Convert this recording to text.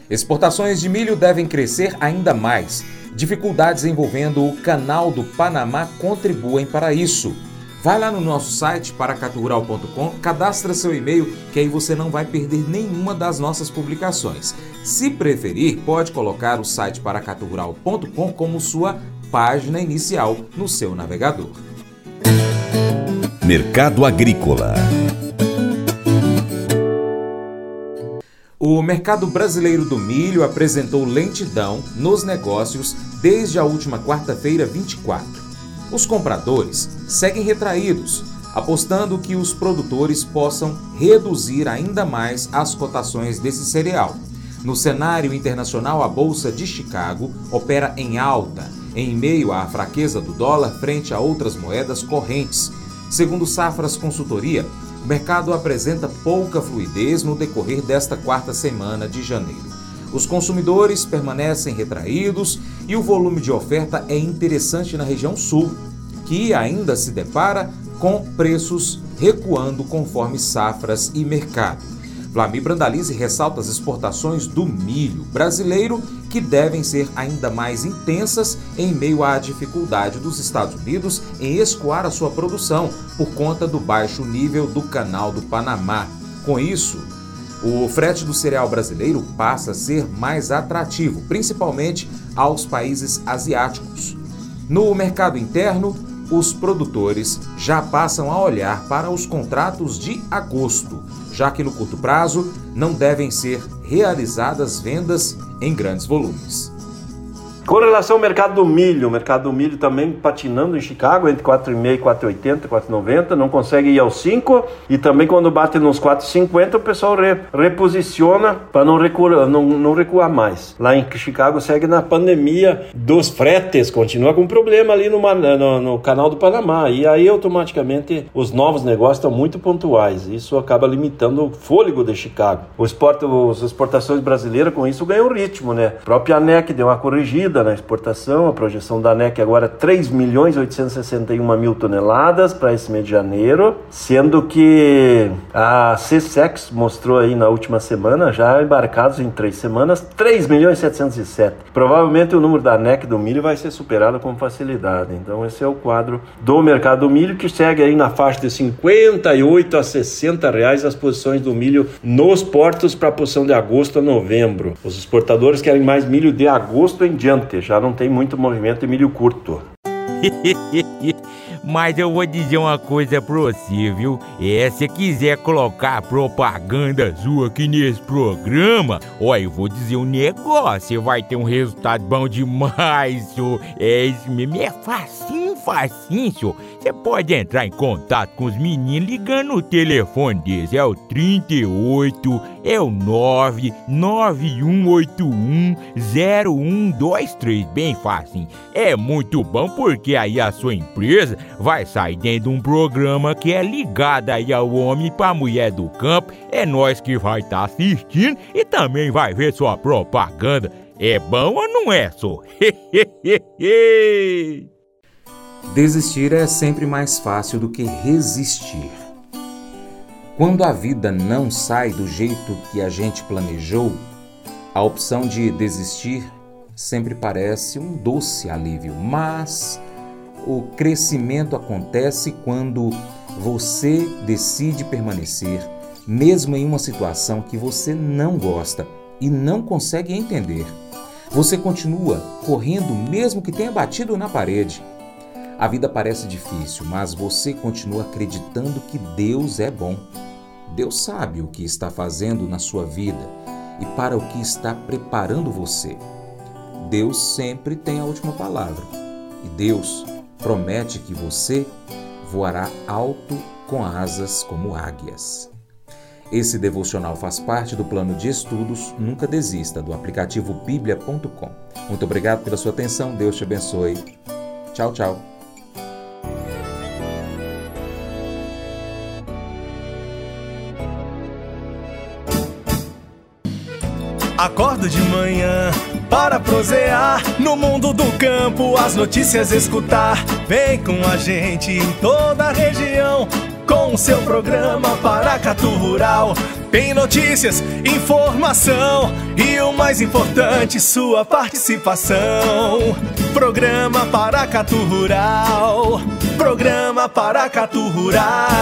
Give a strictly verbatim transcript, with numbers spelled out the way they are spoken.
Exportações de milho devem crescer ainda mais. Dificuldades envolvendo o Canal do Panamá contribuem para isso. Vai lá no nosso site paracatu rural ponto com, cadastra seu e-mail, que aí você não vai perder nenhuma das nossas publicações. Se preferir, pode colocar o site paracatu rural ponto com como sua página inicial no seu navegador. Mercado Agrícola. O mercado brasileiro do milho apresentou lentidão nos negócios desde a última quarta-feira, vinte e quatro. Os compradores seguem retraídos, apostando que os produtores possam reduzir ainda mais as cotações desse cereal. No cenário internacional, a Bolsa de Chicago opera em alta, em meio à fraqueza do dólar frente a outras moedas correntes. Segundo Safras Consultoria, o mercado apresenta pouca fluidez no decorrer desta quarta semana de janeiro. Os consumidores permanecem retraídos e o volume de oferta é interessante na região sul, que ainda se depara com preços recuando conforme safras e mercado. Vlamir Brandalize ressalta as exportações do milho brasileiro, que devem ser ainda mais intensas em meio à dificuldade dos Estados Unidos em escoar a sua produção por conta do baixo nível do Canal do Panamá. Com isso, o frete do cereal brasileiro passa a ser mais atrativo, principalmente aos países asiáticos. No mercado interno, os produtores já passam a olhar para os contratos de agosto, já que no curto prazo não devem ser realizadas vendas em grandes volumes. Com relação ao mercado do milho, o mercado do milho também patinando em Chicago, entre quatro vírgula cinco, quatro vírgula oitenta, quatro vírgula noventa, não consegue ir aos cinco, e também quando bate nos quatro vírgula cinquenta, o pessoal re, reposiciona para não recuar, não, não recuar mais. Lá em Chicago segue na pandemia dos fretes, continua com problema ali no, no, no Canal do Panamá, e aí automaticamente os novos negócios estão muito pontuais, isso acaba limitando o fôlego de Chicago. O exporto, as exportações brasileiras com isso ganham ritmo, né? A própria A N E C deu uma corrigida na exportação, a projeção da A N E C agora é três milhões oitocentos e sessenta e uma mil toneladas para esse mês de janeiro, sendo que a CSEX mostrou aí na última semana, já embarcados em três semanas, três milhões setecentos e sete. Provavelmente o número da A N E C do milho vai ser superado com facilidade. Então esse é o quadro do mercado do milho, que segue aí na faixa de cinquenta e oito a sessenta reais as posições do milho nos portos para a posição de agosto a novembro. Os exportadores querem mais milho de agosto em diante, já não tem muito movimento de milho curto. Mas eu vou dizer uma coisa pra você, viu? É, se quiser colocar propaganda sua aqui nesse programa, ó, eu vou dizer um negócio, você vai ter um resultado bom demais, senhor. É isso mesmo, é facinho, facinho, senhor. Você pode entrar em contato com os meninos ligando no telefone deles, é o trinta e oito, é o nove nove um oito um zero um dois três, bem facinho. É muito bom porque aí a sua empresa vai sair dentro de um programa que é ligado aí ao homem para a mulher do campo. É nós que vai estar tá assistindo e também vai ver sua propaganda. É bom ou não é, só? Desistir é sempre mais fácil do que resistir. Quando a vida não sai do jeito que a gente planejou, a opção de desistir sempre parece um doce alívio, mas o crescimento acontece quando você decide permanecer, mesmo em uma situação que você não gosta e não consegue entender. Você continua correndo mesmo que tenha batido na parede. A vida parece difícil, mas você continua acreditando que Deus é bom. Deus sabe o que está fazendo na sua vida e para o que está preparando você. Deus sempre tem a última palavra e Deus promete que você voará alto com asas como águias. Esse devocional faz parte do plano de estudos Nunca Desista, do aplicativo bíblia ponto com. Muito obrigado pela sua atenção, Deus te abençoe. Tchau, tchau. Acordo de manhã para prosear no mundo do campo, as notícias escutar. Vem com a gente em toda a região com o seu programa Paracatu Rural. Tem notícias, informação e uma mais importante, sua participação. Programa Paracatu Rural. Programa Paracatu Rural.